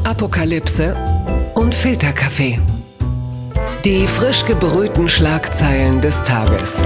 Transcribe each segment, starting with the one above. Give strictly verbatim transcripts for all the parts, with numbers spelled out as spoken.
Apokalypse und Filterkaffee. Die frisch gebrühten Schlagzeilen des Tages.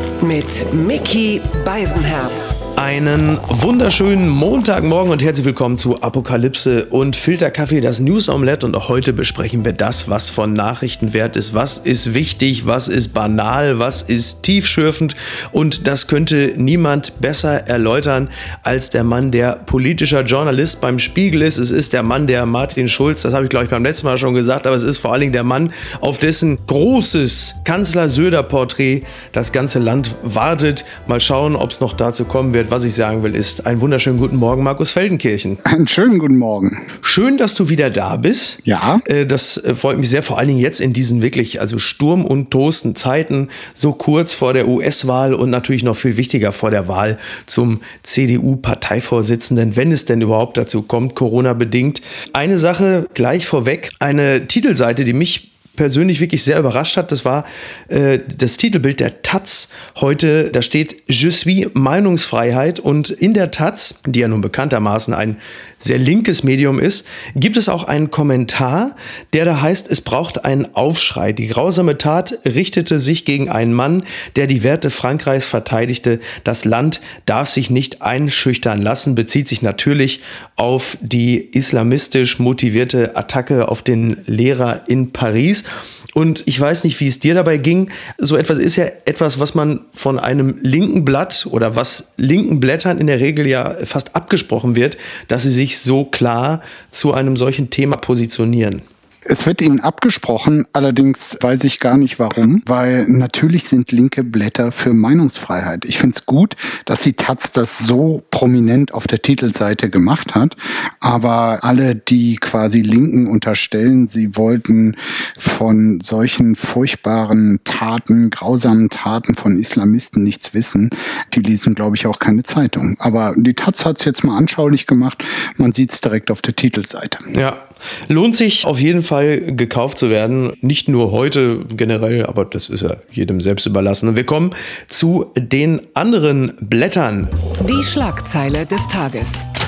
Mit Micky Beisenherz. Einen wunderschönen Montagmorgen und herzlich willkommen zu Apokalypse und Filterkaffee, das News Omelette. Und auch heute besprechen wir das, was von Nachrichten wert ist. Was ist wichtig, was ist banal, was ist tiefschürfend. Und das könnte niemand besser erläutern als der Mann, der politischer Journalist beim Spiegel ist. Es ist der Mann, der Martin Schulz, das habe ich glaube ich beim letzten Mal schon gesagt, aber es ist vor allen Dingen der Mann, auf dessen großes Kanzler-Söder-Porträt das ganze Land wartet. Mal schauen, ob es noch dazu kommen wird. Was ich sagen will, ist einen wunderschönen guten Morgen, Markus Feldenkirchen. Einen schönen guten Morgen. Schön, dass du wieder da bist. Ja. Das freut mich sehr, vor allen Dingen jetzt in diesen wirklich also Sturm- und tosten Zeiten, so kurz vor der U S-Wahl und natürlich noch viel wichtiger vor der Wahl zum C D U-Parteivorsitzenden, wenn es denn überhaupt dazu kommt, Corona-bedingt. Eine Sache gleich vorweg, eine Titelseite, die mich persönlich wirklich sehr überrascht hat, das war äh, das Titelbild der Taz heute, da steht Je suis Meinungsfreiheit, und in der Taz, die ja nun bekanntermaßen ein sehr linkes Medium ist, gibt es auch einen Kommentar, der da heißt, es braucht einen Aufschrei. Die grausame Tat richtete sich gegen einen Mann, der die Werte Frankreichs verteidigte. Das Land darf sich nicht einschüchtern lassen, bezieht sich natürlich auf die islamistisch motivierte Attacke auf den Lehrer in Paris. Und ich weiß nicht, wie es dir dabei ging. So etwas ist ja etwas, was man von einem linken Blatt oder was linken Blättern in der Regel ja fast abgesprochen wird, dass sie sich so klar zu einem solchen Thema positionieren. Es wird ihnen abgesprochen, allerdings weiß ich gar nicht warum, weil natürlich sind linke Blätter für Meinungsfreiheit. Ich finde es gut, dass die Taz das so prominent auf der Titelseite gemacht hat, aber alle, die quasi Linken unterstellen, sie wollten von solchen furchtbaren Taten, grausamen Taten von Islamisten nichts wissen, die lesen, glaube ich, auch keine Zeitung. Aber die Taz hat es jetzt mal anschaulich gemacht, man sieht es direkt auf der Titelseite. Ja. Lohnt sich auf jeden Fall gekauft zu werden, nicht nur heute generell, aber das ist ja jedem selbst überlassen. Und wir kommen zu den anderen Blättern. Die Schlagzeile des Tages.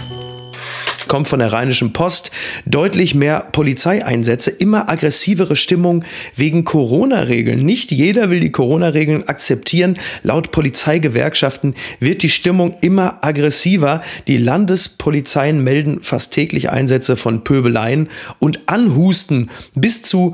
Kommt von der Rheinischen Post. Deutlich mehr Polizeieinsätze, immer aggressivere Stimmung wegen Corona-Regeln. Nicht jeder will die Corona-Regeln akzeptieren. Laut Polizeigewerkschaften wird die Stimmung immer aggressiver. Die Landespolizeien melden fast täglich Einsätze von Pöbeleien und Anhusten bis zu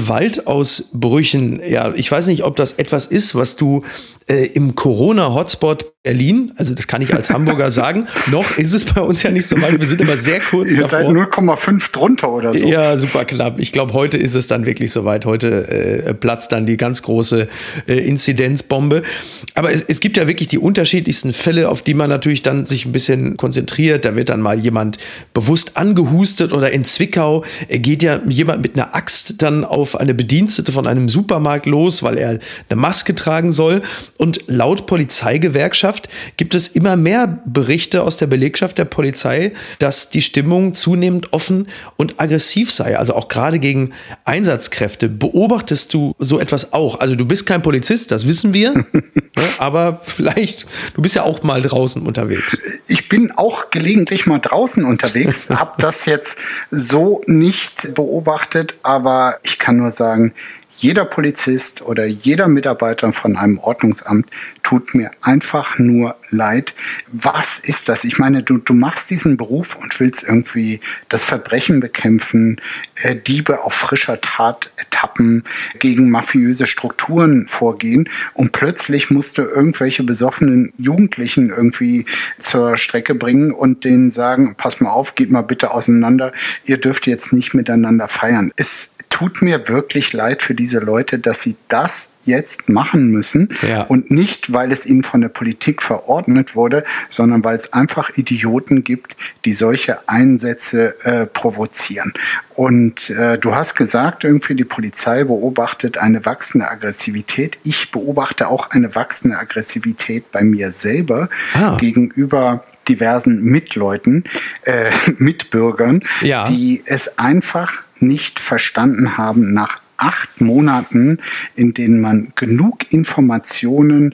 Gewaltausbrüchen. Ja, ich weiß nicht, ob das etwas ist, was du äh, im Corona-Hotspot Berlin, also das kann ich als Hamburger sagen, noch ist es bei uns ja nicht so weit, wir sind immer sehr kurz Ihr davor. seid null Komma fünf drunter oder so. Ja, super knapp. Ich glaube, heute ist es dann wirklich soweit. Heute äh, platzt dann die ganz große äh, Inzidenzbombe. Aber es, es gibt ja wirklich die unterschiedlichsten Fälle, auf die man natürlich dann sich ein bisschen konzentriert. Da wird dann mal jemand bewusst angehustet, oder in Zwickau äh, geht ja jemand mit einer Axt dann auf eine Bedienstete von einem Supermarkt los, weil er eine Maske tragen soll. Und laut Polizeigewerkschaft gibt es immer mehr Berichte aus der Belegschaft der Polizei, dass die Stimmung zunehmend offen und aggressiv sei, also auch gerade gegen Einsatzkräfte. Beobachtest du so etwas auch? Also du bist kein Polizist, das wissen wir, aber vielleicht, du bist ja auch mal draußen unterwegs. Ich bin auch gelegentlich mal draußen unterwegs, habe das jetzt so nicht beobachtet, aber ich kann nur sagen, jeder Polizist oder jeder Mitarbeiter von einem Ordnungsamt tut mir einfach nur leid. Was ist das? Ich meine, du, du machst diesen Beruf und willst irgendwie das Verbrechen bekämpfen, äh, Diebe auf frischer Tat ertappen, gegen mafiöse Strukturen vorgehen, und plötzlich musst du irgendwelche besoffenen Jugendlichen irgendwie zur Strecke bringen und denen sagen, pass mal auf, geht mal bitte auseinander, ihr dürft jetzt nicht miteinander feiern. Es tut mir wirklich leid für diese Leute, dass sie das jetzt machen müssen, ja. Und nicht, weil es ihnen von der Politik verordnet wurde, sondern weil es einfach Idioten gibt, die solche Einsätze äh, provozieren. Und äh, du hast gesagt, irgendwie die Polizei beobachtet eine wachsende Aggressivität. Ich beobachte auch eine wachsende Aggressivität bei mir selber ah. gegenüber diversen Mitleuten, äh, Mitbürgern, ja. die es einfach nicht verstanden haben, nach acht Monaten, in denen man genug Informationen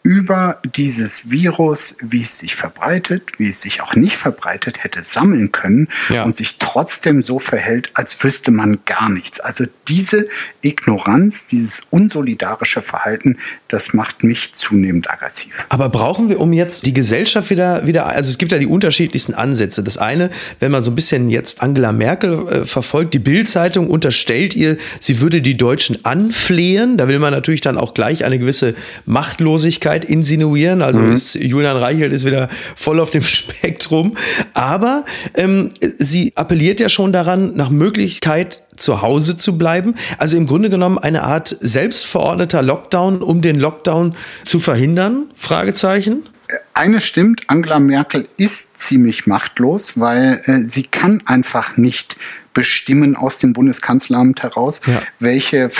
über dieses Virus, wie es sich verbreitet, wie es sich auch nicht verbreitet, hätte sammeln können ja. und sich trotzdem so verhält, als wüsste man gar nichts. Also diese Ignoranz, dieses unsolidarische Verhalten, das macht mich zunehmend aggressiv. Aber brauchen wir, um jetzt die Gesellschaft wieder, wieder, also es gibt ja die unterschiedlichsten Ansätze. Das eine, wenn man so ein bisschen jetzt Angela Merkel äh, verfolgt, die Bild-Zeitung unterstellt ihr, sie würde die Deutschen anflehen. Da will man natürlich dann auch gleich eine gewisse Machtlosigkeit insinuieren. Also mhm. ist, Julian Reichelt ist wieder voll auf dem Spektrum. Aber ähm, sie appelliert ja schon daran, nach Möglichkeit zu Hause zu bleiben. Also im Grunde genommen eine Art selbstverordneter Lockdown, um den Lockdown zu verhindern? Fragezeichen. Eines stimmt, Angela Merkel ist ziemlich machtlos, weil äh, sie kann einfach nicht bestimmen aus dem Bundeskanzleramt heraus, ja. welche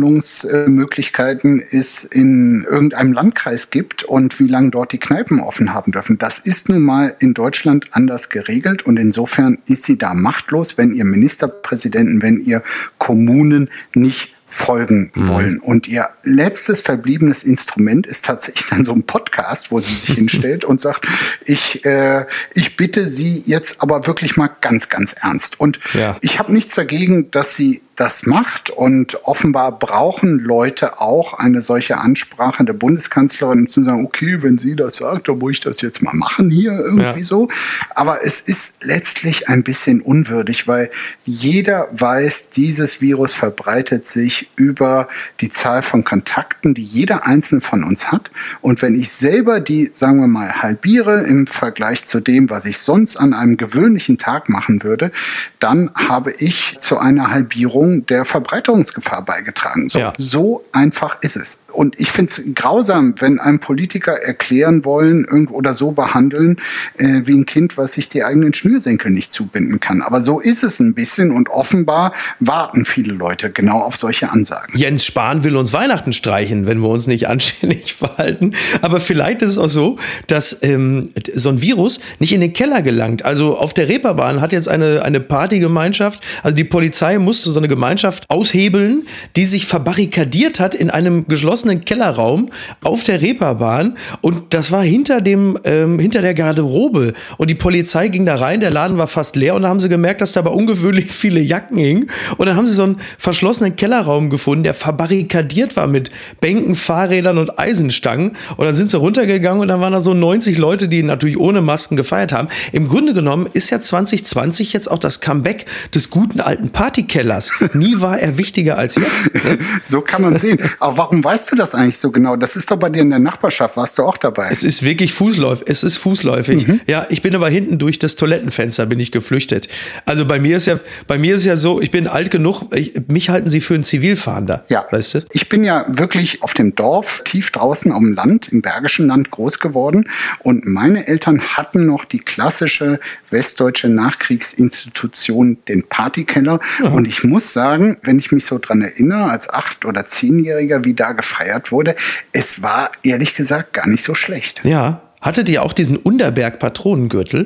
Versammlungsmöglichkeiten es in irgendeinem Landkreis gibt und wie lange dort die Kneipen offen haben dürfen. Das ist nun mal in Deutschland anders geregelt und insofern ist sie da machtlos, wenn ihr Ministerpräsidenten, wenn ihr Kommunen nicht folgen wollen. Mhm. Und ihr letztes verbliebenes Instrument ist tatsächlich dann so ein Podcast, wo sie sich hinstellt und sagt, ich, äh, ich bitte Sie jetzt aber wirklich mal ganz, ganz ernst. Und ja. ich habe nichts dagegen, dass sie das macht und offenbar brauchen Leute auch eine solche Ansprache der Bundeskanzlerin, um zu sagen, okay, wenn sie das sagt, dann muss ich das jetzt mal machen hier irgendwie ja. so. Aber es ist letztlich ein bisschen unwürdig, weil jeder weiß, dieses Virus verbreitet sich über die Zahl von Kontakten, die jeder Einzelne von uns hat. Und wenn ich selber die, sagen wir mal, halbiere im Vergleich zu dem, was ich sonst an einem gewöhnlichen Tag machen würde, dann habe ich zu einer Halbierung der Verbreitungsgefahr beigetragen. So, ja. so einfach ist es. Und ich finde es grausam, wenn einem Politiker erklären wollen oder so behandeln, äh, wie ein Kind, was sich die eigenen Schnürsenkel nicht zubinden kann. Aber so ist es ein bisschen und offenbar warten viele Leute genau auf solche Ansagen. Jens Spahn will uns Weihnachten streichen, wenn wir uns nicht anständig verhalten. Aber vielleicht ist es auch so, dass ähm, so ein Virus nicht in den Keller gelangt. Also auf der Reeperbahn hat jetzt eine, eine Partygemeinschaft, also die Polizei musste so eine Gemeinschaft aushebeln, die sich verbarrikadiert hat in einem geschlossenen Kellerraum auf der Reeperbahn und das war hinter dem ähm, hinter der Garderobe und die Polizei ging da rein, der Laden war fast leer und da haben sie gemerkt, dass da aber ungewöhnlich viele Jacken hingen und dann haben sie so einen verschlossenen Kellerraum gefunden, der verbarrikadiert war mit Bänken, Fahrrädern und Eisenstangen und dann sind sie runtergegangen und dann waren da so neunzig Leute, die natürlich ohne Masken gefeiert haben. Im Grunde genommen ist ja zwanzig zwanzig jetzt auch das Comeback des guten alten Partykellers. Nie war er wichtiger als jetzt. So kann man sehen. Aber warum weißt du das eigentlich so genau? Das ist doch bei dir in der Nachbarschaft, warst du auch dabei? Es ist wirklich fußläufig. Es ist fußläufig. Mhm. Ja, ich bin aber hinten durch das Toilettenfenster bin ich geflüchtet. Also bei mir ist ja, bei mir ist ja so, ich bin alt genug, ich, mich halten sie für einen Zivilfahnder. Ja, weißt du? Ich bin ja wirklich auf dem Dorf, tief draußen am Land, im Bergischen Land groß geworden und meine Eltern hatten noch die klassische westdeutsche Nachkriegsinstitution, den Partykeller. Aha. Und ich muss sagen, wenn ich mich so dran erinnere, als acht- oder zehnjähriger, wie da gefeiert wurde, es war ehrlich gesagt gar nicht so schlecht. Ja. Hattet ihr auch diesen Underberg-Patronengürtel?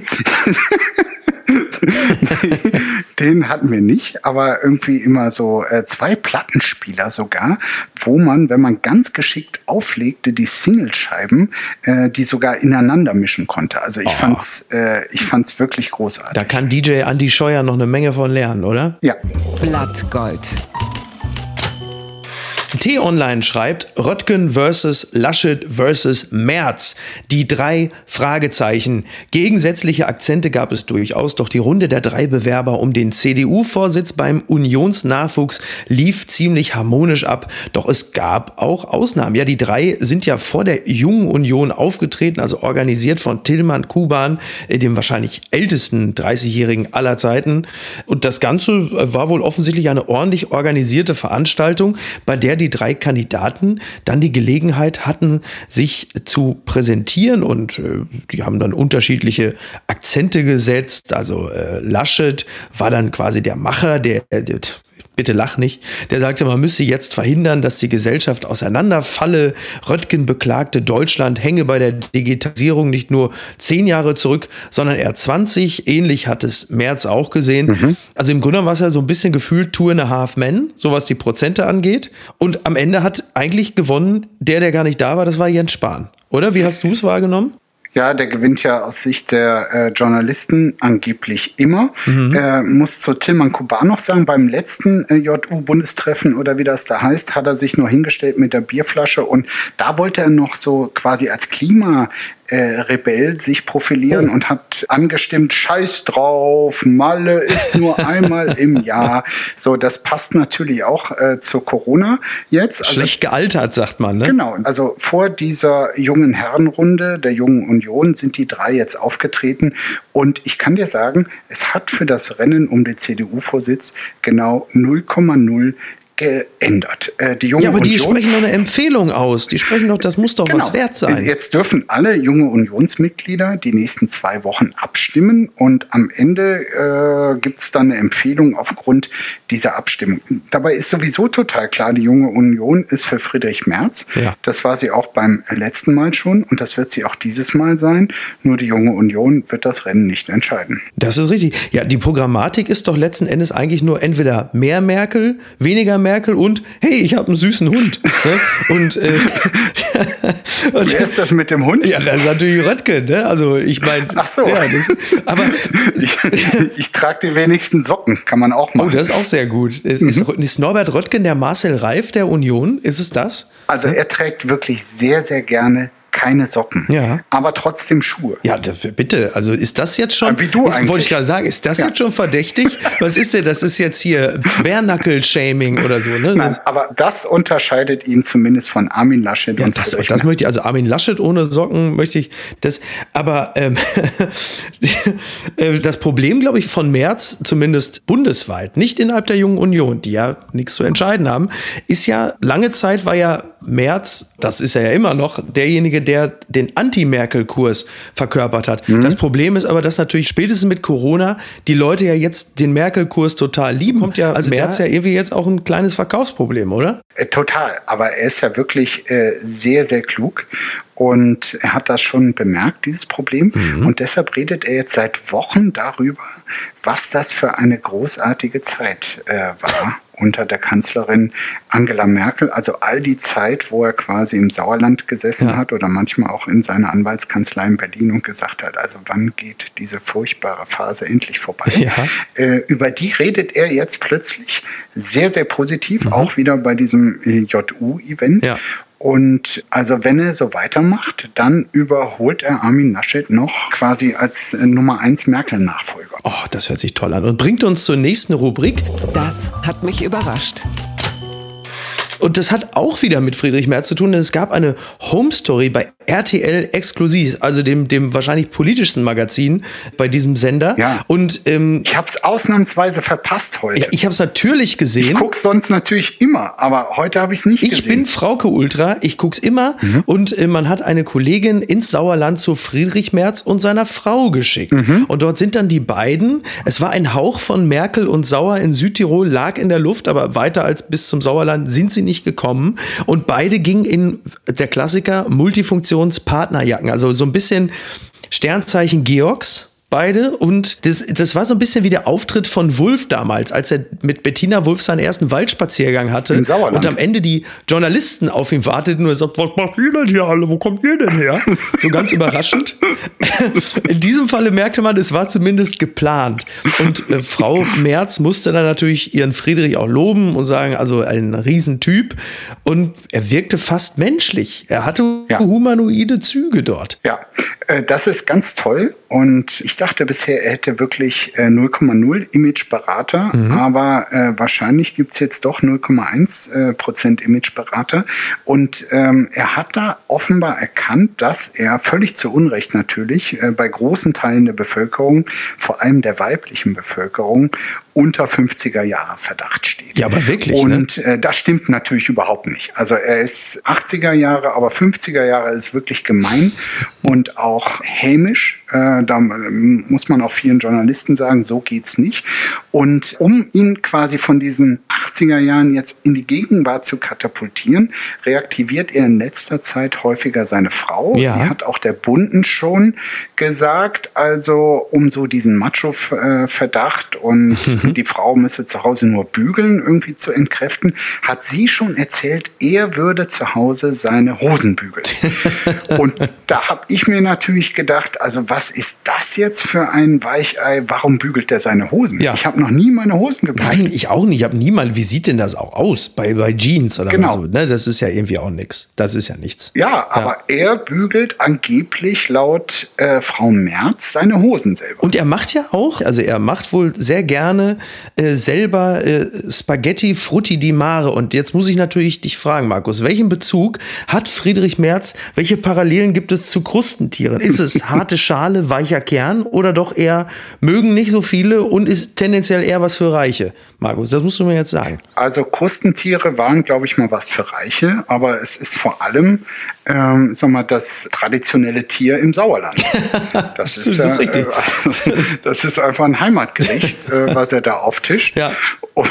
Den hatten wir nicht, aber irgendwie immer so äh, zwei Plattenspieler sogar, wo man, wenn man ganz geschickt auflegte, die Singlescheiben, äh, die sogar ineinander mischen konnte. Also ich oh. fand's, äh, ich fand's wirklich großartig. Da kann D J Andi Scheuer noch eine Menge von lernen, oder? Ja. Blattgold. T-Online schreibt, Röttgen versus Laschet versus Merz. Die drei Fragezeichen. Gegensätzliche Akzente gab es durchaus, doch die Runde der drei Bewerber um den C D U-Vorsitz beim Unionsnachwuchs lief ziemlich harmonisch ab. Doch es gab auch Ausnahmen. Ja, die drei sind ja vor der Jungen Union aufgetreten, also organisiert von Tilman Kuban, dem wahrscheinlich ältesten dreißigjährigen aller Zeiten. Und das Ganze war wohl offensichtlich eine ordentlich organisierte Veranstaltung, bei der die drei Kandidaten dann die Gelegenheit hatten, sich zu präsentieren und äh, die haben dann unterschiedliche Akzente gesetzt. Also äh, Laschet war dann quasi der Macher, der, der bitte lach nicht, der sagte, man müsse jetzt verhindern, dass die Gesellschaft auseinanderfalle. Röttgen beklagte, Deutschland hänge bei der Digitalisierung nicht nur zehn Jahre zurück, sondern eher zwanzig. Ähnlich hat es Merz auch gesehen. Mhm. Also im Grunde war es ja so ein bisschen gefühlt Two and a Half Men, so was die Prozente angeht. Und am Ende hat eigentlich gewonnen der, der gar nicht da war, das war Jens Spahn. oder? Wie hast du es wahrgenommen? Ja, der gewinnt ja aus Sicht der äh, Journalisten angeblich immer. Mhm. Äh, muss zu Tilman Kuban noch sagen, beim letzten äh, J U-Bundestreffen oder wie das da heißt, hat er sich nur hingestellt mit der Bierflasche und da wollte er noch so quasi als Klima Äh, Rebell sich profilieren oh. und hat angestimmt, scheiß drauf, Malle ist nur einmal im Jahr. So, das passt natürlich auch äh, zu Corona jetzt. Also, schlecht gealtert, sagt man, ne? Genau, also vor dieser jungen Herrenrunde der Jungen Union sind die drei jetzt aufgetreten und ich kann dir sagen, es hat für das Rennen um den C D U-Vorsitz genau null Komma null geändert. Äh, die Junge ja, aber die Union, sprechen doch eine Empfehlung aus. Die sprechen doch, das muss doch genau. was wert sein. Jetzt dürfen alle junge Unionsmitglieder die nächsten zwei Wochen abstimmen und am Ende äh, gibt es dann eine Empfehlung aufgrund dieser Abstimmung. Dabei ist sowieso total klar, die Junge Union ist für Friedrich Merz. Ja. Das war sie auch beim letzten Mal schon und das wird sie auch dieses Mal sein. Nur die Junge Union wird das Rennen nicht entscheiden. Das ist richtig. Ja, die Programmatik ist doch letzten Endes eigentlich nur entweder mehr Merkel, weniger Merkel und hey, ich habe einen süßen Hund. und, äh, und wer ist das mit dem Hund? Ja, das ist natürlich Röttgen. Ne? Also ich meine, ach so. Ja, das, aber ich, ich trage die wenigsten Socken, kann man auch machen. Oh, das ist auch sehr gut. Ist, mhm. ist, ist Norbert Röttgen der Marcel Reif der Union? Ist es das? Also er trägt wirklich sehr, sehr gerne keine Socken, ja. aber trotzdem Schuhe. Ja, das, bitte. Also ist das jetzt schon, wie du ist, eigentlich. Wollte ich gerade sagen, ist das ja. jetzt schon verdächtig? Was ist denn, das ist jetzt hier Bare-Knuckle-Shaming oder so, ne? Nein, aber das unterscheidet ihn zumindest von Armin Laschet. Ja, und das, das möchte ich, also Armin Laschet ohne Socken möchte ich, das, aber ähm, das Problem, glaube ich, von Merz, zumindest bundesweit, nicht innerhalb der Jungen Union, die ja nichts zu entscheiden haben, ist ja, lange Zeit war ja Merz, das ist er ja immer noch, derjenige, der den Anti-Merkel-Kurs verkörpert hat. Mhm. Das Problem ist aber, dass natürlich spätestens mit Corona die Leute ja jetzt den Merkel-Kurs total lieben. Kommt ja als Merz ja irgendwie jetzt auch ein kleines Verkaufsproblem, oder? Äh, total, aber er ist ja wirklich äh, sehr, sehr klug. Und er hat das schon bemerkt, dieses Problem. Mhm. Und deshalb redet er jetzt seit Wochen darüber, was das für eine großartige Zeit äh, war unter der Kanzlerin Angela Merkel. Also all die Zeit, wo er quasi im Sauerland gesessen ja. hat oder manchmal auch in seiner Anwaltskanzlei in Berlin und gesagt hat, also wann geht diese furchtbare Phase endlich vorbei? Ja. Äh, über die redet er jetzt plötzlich sehr, sehr positiv, mhm. auch wieder bei diesem äh, J U-Event. Ja. Und also wenn er so weitermacht, dann überholt er Armin Laschet noch quasi als äh, Nummer eins Merkel-Nachfolger. Oh, das hört sich toll an und bringt uns zur nächsten Rubrik. Das hat mich überrascht. Und das hat auch wieder mit Friedrich Merz zu tun, denn es gab eine Home-Story bei R T L exklusiv, also dem, dem wahrscheinlich politischsten Magazin bei diesem Sender. Ja. Und ähm, ich habe es ausnahmsweise verpasst heute. Ja, ich habe es natürlich gesehen. Ich gucke sonst natürlich immer, aber heute habe ich es nicht ich gesehen. Ich bin Frauke Ultra, ich gucke es immer mhm. und äh, man hat eine Kollegin ins Sauerland zu Friedrich Merz und seiner Frau geschickt. Mhm. Und dort sind dann die beiden, es war ein Hauch von Merkel und Sauer in Südtirol, lag in der Luft, aber weiter als bis zum Sauerland sind sie nicht gekommen. Und beide gingen in der Klassiker Multifunktionspartnerjacken, also so ein bisschen Sternzeichen Georgs. Beide. Und das, das war so ein bisschen wie der Auftritt von Wulff damals, als er mit Bettina Wulff seinen ersten Waldspaziergang hatte. Im Sauerland. Und am Ende die Journalisten auf ihn warteten und er sagt, was macht ihr denn hier alle? Wo kommt ihr denn her? So ganz überraschend. In diesem Falle merkte man, es war zumindest geplant. Und äh, Frau Merz musste dann natürlich ihren Friedrich auch loben und sagen, also ein Riesentyp. Und er wirkte fast menschlich. Er hatte ja. humanoide Züge dort. Ja, äh, das ist ganz toll. Und ich dachte bisher, er hätte wirklich äh, null Komma null Imageberater, mhm. aber äh, wahrscheinlich gibt es jetzt doch null Komma eins Prozent Imageberater. Und ähm, er hat da offenbar erkannt, dass er völlig zu Unrecht natürlich äh, bei großen Teilen der Bevölkerung, vor allem der weiblichen Bevölkerung, unter fünfziger Jahre Verdacht steht. Ja, aber wirklich, Und ne? äh, das stimmt natürlich überhaupt nicht. Also er ist achtziger Jahre, aber fünfziger Jahre ist wirklich gemein und auch hämisch. Äh, da muss man auch vielen Journalisten sagen, so geht's nicht. Und um ihn quasi von diesen achtziger Jahren jetzt in die Gegenwart zu katapultieren, reaktiviert er in letzter Zeit häufiger seine Frau. Ja. Sie hat auch der Bunden schon gesagt, also um so diesen Macho-Verdacht und mhm. die Frau müsse zu Hause nur bügeln, irgendwie zu entkräften, hat sie schon erzählt, er würde zu Hause seine Hosen bügeln. Und da habe ich mir natürlich gedacht, also was ist das jetzt für ein Weichei? Warum bügelt der seine Hosen? Ja. Ich habe noch nie meine Hosen gebügelt. Nein, ich auch nicht. Ich habe niemals. Wie sieht denn das auch aus? Bei, bei Jeans oder genau. so? Ne? Das ist ja irgendwie auch nichts. Das ist ja nichts. Ja, aber ja. er bügelt angeblich laut äh, Frau Merz seine Hosen selber. Und er macht ja auch, also er macht wohl sehr gerne äh, selber äh, Spaghetti Frutti di Mare. Und jetzt muss ich natürlich dich fragen, Markus, welchen Bezug hat Friedrich Merz, welche Parallelen gibt es zu Krustentieren? Ist es harte Schale, weicher Kern oder doch eher mögen nicht so viele und ist tendenziell eher was für Reiche? Markus, das musst du mir jetzt sagen. Also Krustentiere waren, glaube ich, mal was für Reiche, aber es ist vor allem ähm, sag mal, das traditionelle Tier im Sauerland. Das ist, das ist, äh, richtig. Äh, das ist einfach ein Heimatgericht, äh, was er da auftischt. Ja. Und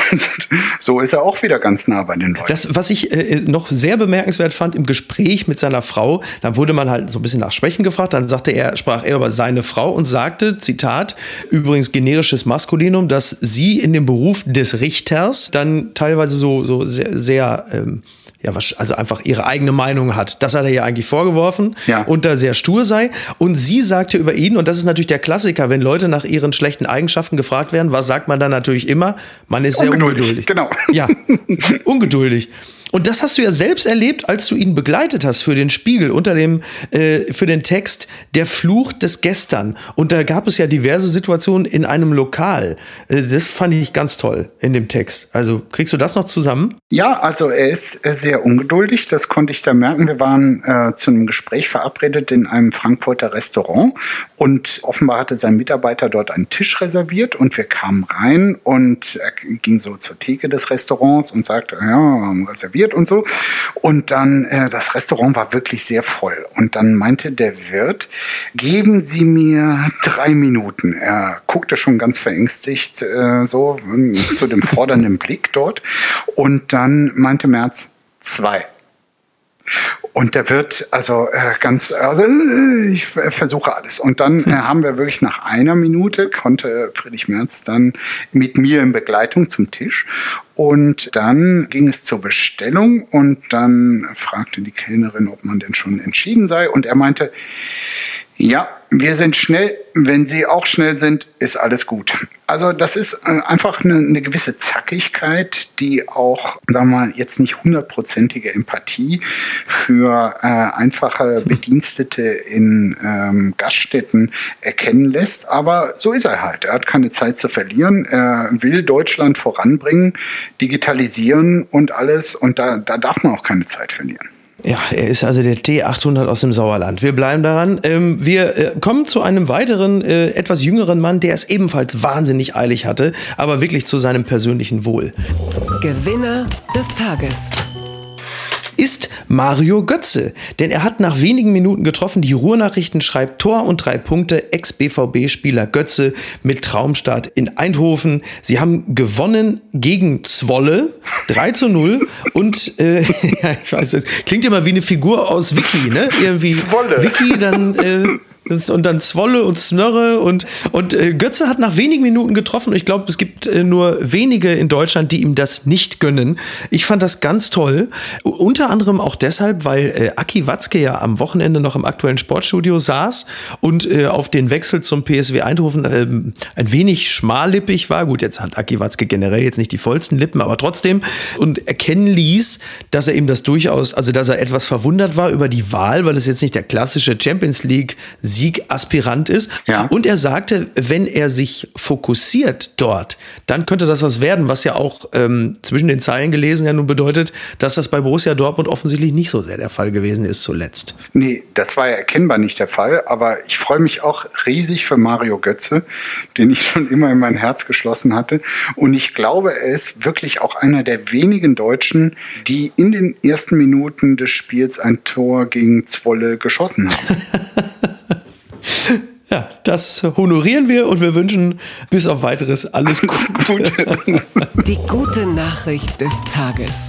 so ist er auch wieder ganz nah bei den Leuten. Das, was ich äh, noch sehr bemerkenswert fand im Gespräch mit seiner Frau, dann wurde man halt so ein bisschen nach Schwächen gefragt, dann sagte er, sprach er über seine Frau und sagte, Zitat, übrigens generisches Maskulinum, dass sie in dem Beruf des Richters dann teilweise so, so sehr, sehr ähm, ja, also einfach ihre eigene Meinung hat. Das hat er ihr eigentlich vorgeworfen ja. und da sehr stur sei. Und sie sagte über ihn, und das ist natürlich der Klassiker, wenn Leute nach ihren schlechten Eigenschaften gefragt werden, was sagt man dann natürlich immer? Man ist sehr ungeduldig. Genau. Ja, ungeduldig. Und das hast du ja selbst erlebt, als du ihn begleitet hast für den Spiegel unter dem äh, für den Text Der Fluch des Gestern. Und da gab es ja diverse Situationen in einem Lokal. Äh, das fand ich ganz toll in dem Text. Also kriegst du das noch zusammen? Ja, also er ist sehr ungeduldig. Das konnte ich da merken. Wir waren äh, zu einem Gespräch verabredet in einem Frankfurter Restaurant und offenbar hatte sein Mitarbeiter dort einen Tisch reserviert und wir kamen rein und er ging so zur Theke des Restaurants und sagte, ja, haben reserviert und so. Und dann, äh, das Restaurant war wirklich sehr voll. Und dann meinte der Wirt, geben Sie mir drei Minuten. Er guckte schon ganz verängstigt äh, so äh, zu dem fordernden Blick dort. Und dann meinte Merz, zwei. Und der Wirt, also äh, ganz, also äh, ich versuche alles. Und dann äh, haben wir wirklich nach einer Minute, konnte Friedrich Merz dann mit mir in Begleitung zum Tisch. Und dann ging es zur Bestellung und dann fragte die Kellnerin, ob man denn schon entschieden sei. Und er meinte, ja, wir sind schnell. Wenn Sie auch schnell sind, ist alles gut. Also das ist einfach eine, eine gewisse Zackigkeit, die auch, sagen wir mal, jetzt nicht hundertprozentige Empathie für äh, einfache Bedienstete in ähm, Gaststätten erkennen lässt. Aber so ist er halt. Er hat keine Zeit zu verlieren. Er will Deutschland voranbringen, digitalisieren und alles. Und da, da darf man auch keine Zeit verlieren. Ja, er ist also der T achthundert aus dem Sauerland. Wir bleiben daran. Ähm, wir äh, kommen zu einem weiteren, äh, etwas jüngeren Mann, der es ebenfalls wahnsinnig eilig hatte, aber wirklich zu seinem persönlichen Wohl. Gewinner des Tages ist Mario Götze. Denn er hat nach wenigen Minuten getroffen. Die Ruhrnachrichten schreibt Tor und drei Punkte. Ex-B V B-Spieler Götze mit Traumstart in Eindhoven. Sie haben gewonnen gegen Zwolle. drei zu null. Und äh, ja, ich weiß, das klingt immer wie eine Figur aus Wiki, ne? Irgendwie Zwolle. Wiki, dann äh, und dann Zwolle und Snörre und, und äh, Götze hat nach wenigen Minuten getroffen und ich glaube, es gibt äh, nur wenige in Deutschland, die ihm das nicht gönnen. Ich fand das ganz toll. U- unter anderem auch deshalb, weil äh, Aki Watzke ja am Wochenende noch im aktuellen Sportstudio saß und äh, auf den Wechsel zum P S V Eindhoven äh, ein wenig schmallippig war. Gut, jetzt hat Aki Watzke generell jetzt nicht die vollsten Lippen, aber trotzdem und erkennen ließ, dass er ihm das durchaus, also dass er etwas verwundert war über die Wahl, weil es jetzt nicht der klassische Champions League Siegaspirant ist. Ja. Und er sagte, wenn er sich fokussiert dort, dann könnte das was werden, was ja auch ähm, zwischen den Zeilen gelesen ja nun bedeutet, dass das bei Borussia Dortmund offensichtlich nicht so sehr der Fall gewesen ist zuletzt. Nee, das war ja erkennbar nicht der Fall, aber ich freue mich auch riesig für Mario Götze, den ich schon immer in mein Herz geschlossen hatte. Und ich glaube, er ist wirklich auch einer der wenigen Deutschen, die in den ersten Minuten des Spiels ein Tor gegen Zwolle geschossen haben. Ja, das honorieren wir und wir wünschen bis auf Weiteres alles Gute. Die gute Nachricht des Tages.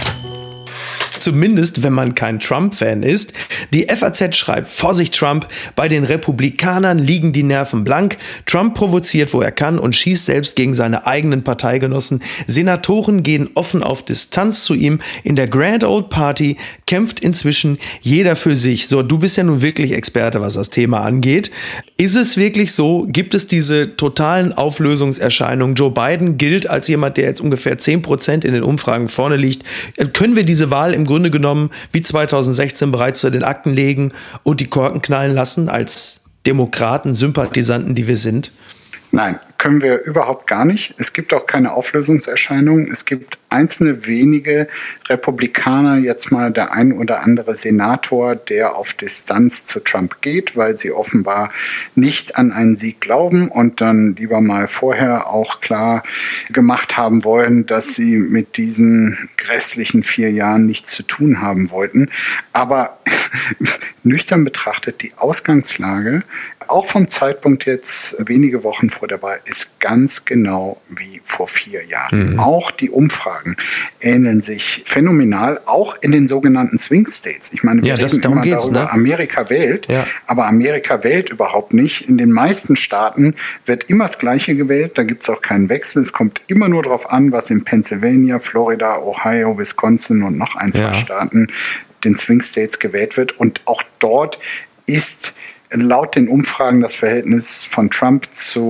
Zumindest, wenn man kein Trump-Fan ist. Die F A Z schreibt, Vorsicht Trump, bei den Republikanern liegen die Nerven blank. Trump provoziert, wo er kann und schießt selbst gegen seine eigenen Parteigenossen. Senatoren gehen offen auf Distanz zu ihm. In der Grand Old Party kämpft inzwischen jeder für sich. So, du bist ja nun wirklich Experte, was das Thema angeht. Ist es wirklich so? Gibt es diese totalen Auflösungserscheinungen? Joe Biden gilt als jemand, der jetzt ungefähr zehn Prozent in den Umfragen vorne liegt. Können wir diese Wahl im Grunde genommen wie zweitausendsechzehn bereits zu den Akten legen und die Korken knallen lassen als Demokraten, Sympathisanten, die wir sind? Nein, können wir überhaupt gar nicht. Es gibt auch keine Auflösungserscheinungen. Es gibt einzelne wenige Republikaner, jetzt mal der ein oder andere Senator, der auf Distanz zu Trump geht, weil sie offenbar nicht an einen Sieg glauben und dann lieber mal vorher auch klar gemacht haben wollen, dass sie mit diesen grässlichen vier Jahren nichts zu tun haben wollten. Aber nüchtern betrachtet, die Ausgangslage, auch vom Zeitpunkt jetzt wenige Wochen vor der Wahl, ist ganz genau wie vor vier Jahren. Mhm. Auch die Umfragen ähneln sich phänomenal, auch in den sogenannten Swing States. Ich meine, wir ja, reden immer darüber, ne? Amerika wählt, ja. aber Amerika wählt überhaupt nicht. In den meisten Staaten wird immer das Gleiche gewählt, da gibt es auch keinen Wechsel. Es kommt immer nur darauf an, was in Pennsylvania, Florida, Ohio, Wisconsin und noch ein, zwei ja. Staaten, den Swing States gewählt wird. Und auch dort ist laut den Umfragen das Verhältnis von Trump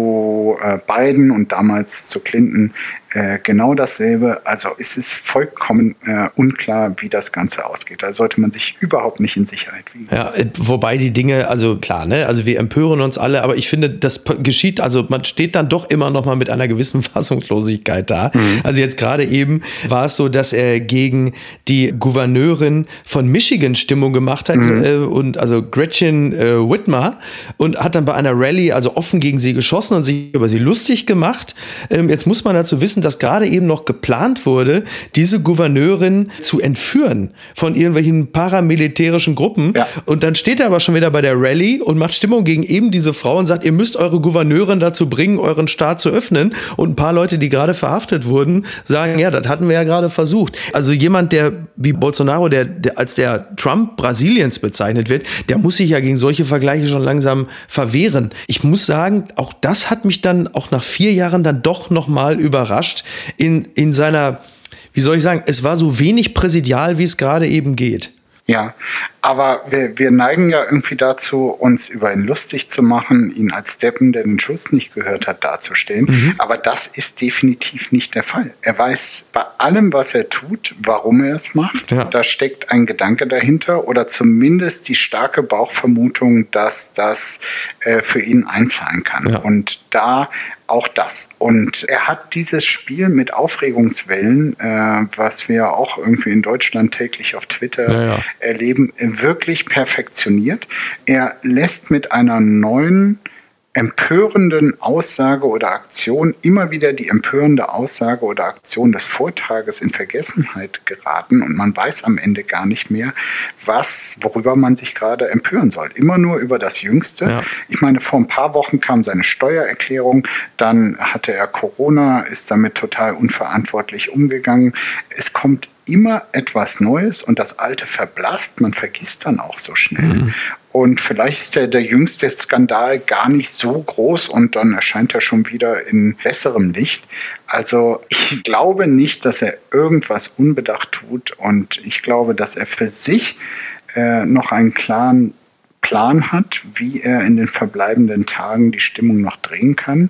zu äh, Biden und damals zu Clinton äh, genau dasselbe. Also es ist vollkommen äh, unklar, wie das Ganze ausgeht. Da sollte man sich überhaupt nicht in Sicherheit wiegen. Ja, wobei die Dinge, also klar, ne, also wir empören uns alle, aber ich finde, das geschieht, also man steht dann doch immer noch mal mit einer gewissen Fassungslosigkeit da. Mhm. Also jetzt gerade eben war es so, dass er gegen die Gouverneurin von Michigan Stimmung gemacht hat mhm. äh, und also Gretchen äh, Whitmer und hat dann bei einer Rallye also offen gegen sie geschossen und sich über sie lustig gemacht. Ähm, jetzt muss man dazu wissen, dass gerade eben noch geplant wurde, diese Gouverneurin zu entführen von irgendwelchen paramilitärischen Gruppen. Ja. Und dann steht er aber schon wieder bei der Rallye und macht Stimmung gegen eben diese Frau und sagt, ihr müsst eure Gouverneurin dazu bringen, euren Staat zu öffnen. Und ein paar Leute, die gerade verhaftet wurden, sagen, ja, das hatten wir ja gerade versucht. Also jemand, der wie Bolsonaro, der, der als der Trump Brasiliens bezeichnet wird, der muss sich ja gegen solche Vergleiche schon langsam verwehren. Ich muss sagen, auch das hat mich dann auch nach vier Jahren dann doch nochmal überrascht in, in seiner, wie soll ich sagen, es war so wenig präsidial, wie es gerade eben geht. Ja, aber wir, wir neigen ja irgendwie dazu, uns über ihn lustig zu machen, ihn als Deppen, der den Schuss nicht gehört hat, dazustehen. Mhm. Aber das ist definitiv nicht der Fall. Er weiß bei allem, was er tut, warum er es macht. Ja. Da steckt ein Gedanke dahinter oder zumindest die starke Bauchvermutung, dass das äh, für ihn einzahlen kann. Ja. Und da auch das. Und er hat dieses Spiel mit Aufregungswellen, äh, was wir auch irgendwie in Deutschland täglich auf Twitter ja, ja. erleben, wirklich perfektioniert. Er lässt mit einer neuen empörenden Aussage oder Aktion immer wieder die empörende Aussage oder Aktion des Vortages in Vergessenheit geraten und man weiß am Ende gar nicht mehr, was, worüber man sich gerade empören soll. Immer nur über das Jüngste. Ja. Ich meine, vor ein paar Wochen kam seine Steuererklärung, dann hatte er Corona, ist damit total unverantwortlich umgegangen. Es kommt immer etwas Neues und das Alte verblasst, man vergisst dann auch so schnell. Mhm. Und vielleicht ist der, der jüngste Skandal gar nicht so groß und dann erscheint er schon wieder in besserem Licht. Also ich glaube nicht, dass er irgendwas unbedacht tut und ich glaube, dass er für sich äh, noch einen klaren Plan hat, wie er in den verbleibenden Tagen die Stimmung noch drehen kann.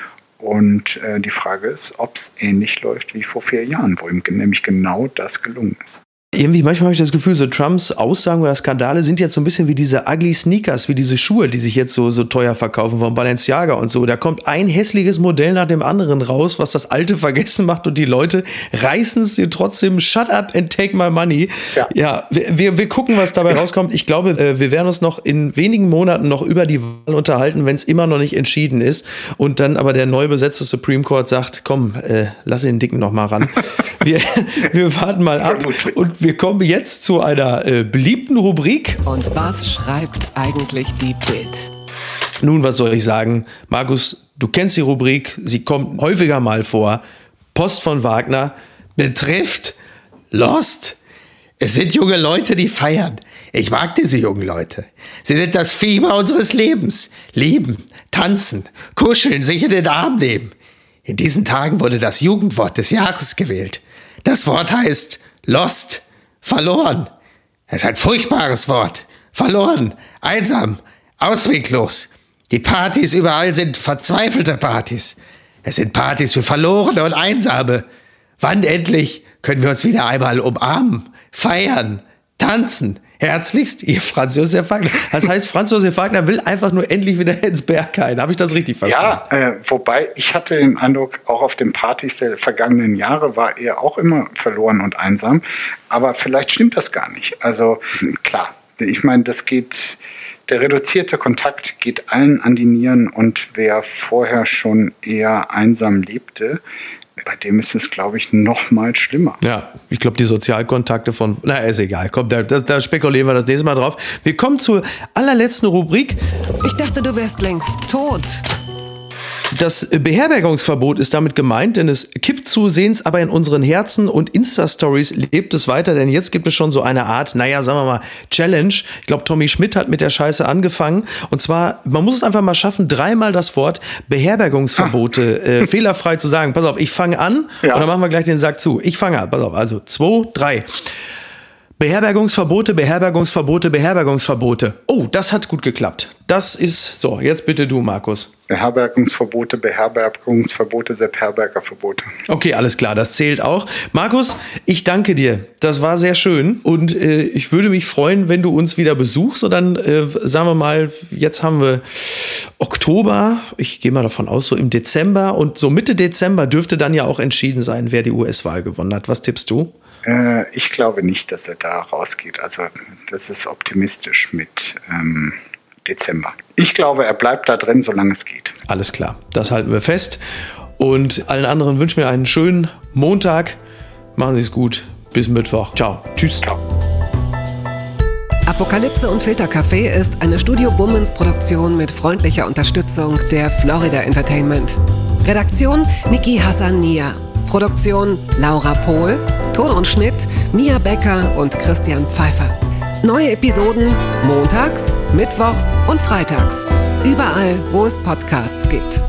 Und äh, die Frage ist, ob es ähnlich läuft wie vor vier Jahren, wo ihm nämlich genau das gelungen ist. Irgendwie manchmal habe ich das Gefühl, so Trumps Aussagen oder Skandale sind jetzt so ein bisschen wie diese ugly Sneakers, wie diese Schuhe, die sich jetzt so, so teuer verkaufen von Balenciaga und so. Da kommt ein hässliches Modell nach dem anderen raus, was das Alte vergessen macht und die Leute reißen es dir trotzdem, shut up and take my money. Ja, ja wir, wir, wir gucken, was dabei rauskommt. Ich glaube, wir werden uns noch in wenigen Monaten noch über die Wahl unterhalten, wenn es immer noch nicht entschieden ist. Und dann aber der neu besetzte Supreme Court sagt, komm, äh, lass den Dicken noch mal ran. Wir, wir warten mal ab und wir kommen jetzt zu einer äh, beliebten Rubrik. Und was schreibt eigentlich die Bild? Nun, was soll ich sagen? Markus, du kennst die Rubrik, sie kommt häufiger mal vor. Post von Wagner betrifft Lost. Es sind junge Leute, die feiern. Ich mag diese jungen Leute. Sie sind das Fieber unseres Lebens. Lieben, tanzen, kuscheln, sich in den Arm nehmen. In diesen Tagen wurde das Jugendwort des Jahres gewählt. Das Wort heißt Lost, verloren. Es ist ein furchtbares Wort. Verloren, einsam, ausweglos. Die Partys überall sind verzweifelte Partys. Es sind Partys für Verlorene und Einsame. Wann endlich können wir uns wieder einmal umarmen, feiern, tanzen? Herzlichst, ihr Franz Josef Wagner. Das heißt, Franz Josef Wagner will einfach nur endlich wieder ins Berghain. Habe ich das richtig verstanden? Ja, äh, wobei ich hatte den Eindruck, auch auf den Partys der vergangenen Jahre war er auch immer verloren und einsam. Aber vielleicht stimmt das gar nicht. Also klar, ich meine, das geht, der reduzierte Kontakt geht allen an die Nieren. Und wer vorher schon eher einsam lebte, bei dem ist es, glaube ich, noch mal schlimmer. Ja, ich glaube, die Sozialkontakte von... Na, ist egal. Komm, da, da, da spekulieren wir das nächste Mal drauf. Wir kommen zur allerletzten Rubrik. Ich dachte, du wärst längst tot. Das Beherbergungsverbot ist damit gemeint, denn es kippt zusehends, aber in unseren Herzen und Insta-Stories lebt es weiter, denn jetzt gibt es schon so eine Art, naja, sagen wir mal, Challenge. Ich glaube, Tommy Schmidt hat mit der Scheiße angefangen. Und zwar, man muss es einfach mal schaffen, dreimal das Wort Beherbergungsverbote ah. äh, fehlerfrei zu sagen. Pass auf, ich fange an ja. und dann machen wir gleich den Sack zu. Ich fange an, pass auf, also zwei, drei. Beherbergungsverbote, Beherbergungsverbote, Beherbergungsverbote. Oh, das hat gut geklappt. Das ist, so, jetzt bitte du, Markus. Beherbergungsverbote, Beherbergungsverbote, Sepp-Herberger-Verbote. Okay, alles klar, das zählt auch. Markus, ich danke dir. Das war sehr schön und äh, ich würde mich freuen, wenn du uns wieder besuchst. Und dann, äh, sagen wir mal, jetzt haben wir Oktober. Ich gehe mal davon aus, so im Dezember. Und so Mitte Dezember dürfte dann ja auch entschieden sein, wer die U S-Wahl gewonnen hat. Was tippst du? Äh, ich glaube nicht, dass er da rausgeht. Also das ist optimistisch mit ähm, Dezember. Ich glaube, er bleibt da drin, solange es geht. Alles klar, das halten wir fest. Und allen anderen wünschen wir einen schönen Montag. Machen Sie es gut. Bis Mittwoch. Ciao. Tschüss. Ciao. Apokalypse und Filtercafé ist eine Studio Bummens Produktion mit freundlicher Unterstützung der Florida Entertainment. Redaktion Niki Hassania. Produktion Laura Pohl. Ton und Schnitt Mia Becker und Christian Pfeiffer. Neue Episoden montags, mittwochs und freitags. Überall, wo es Podcasts gibt.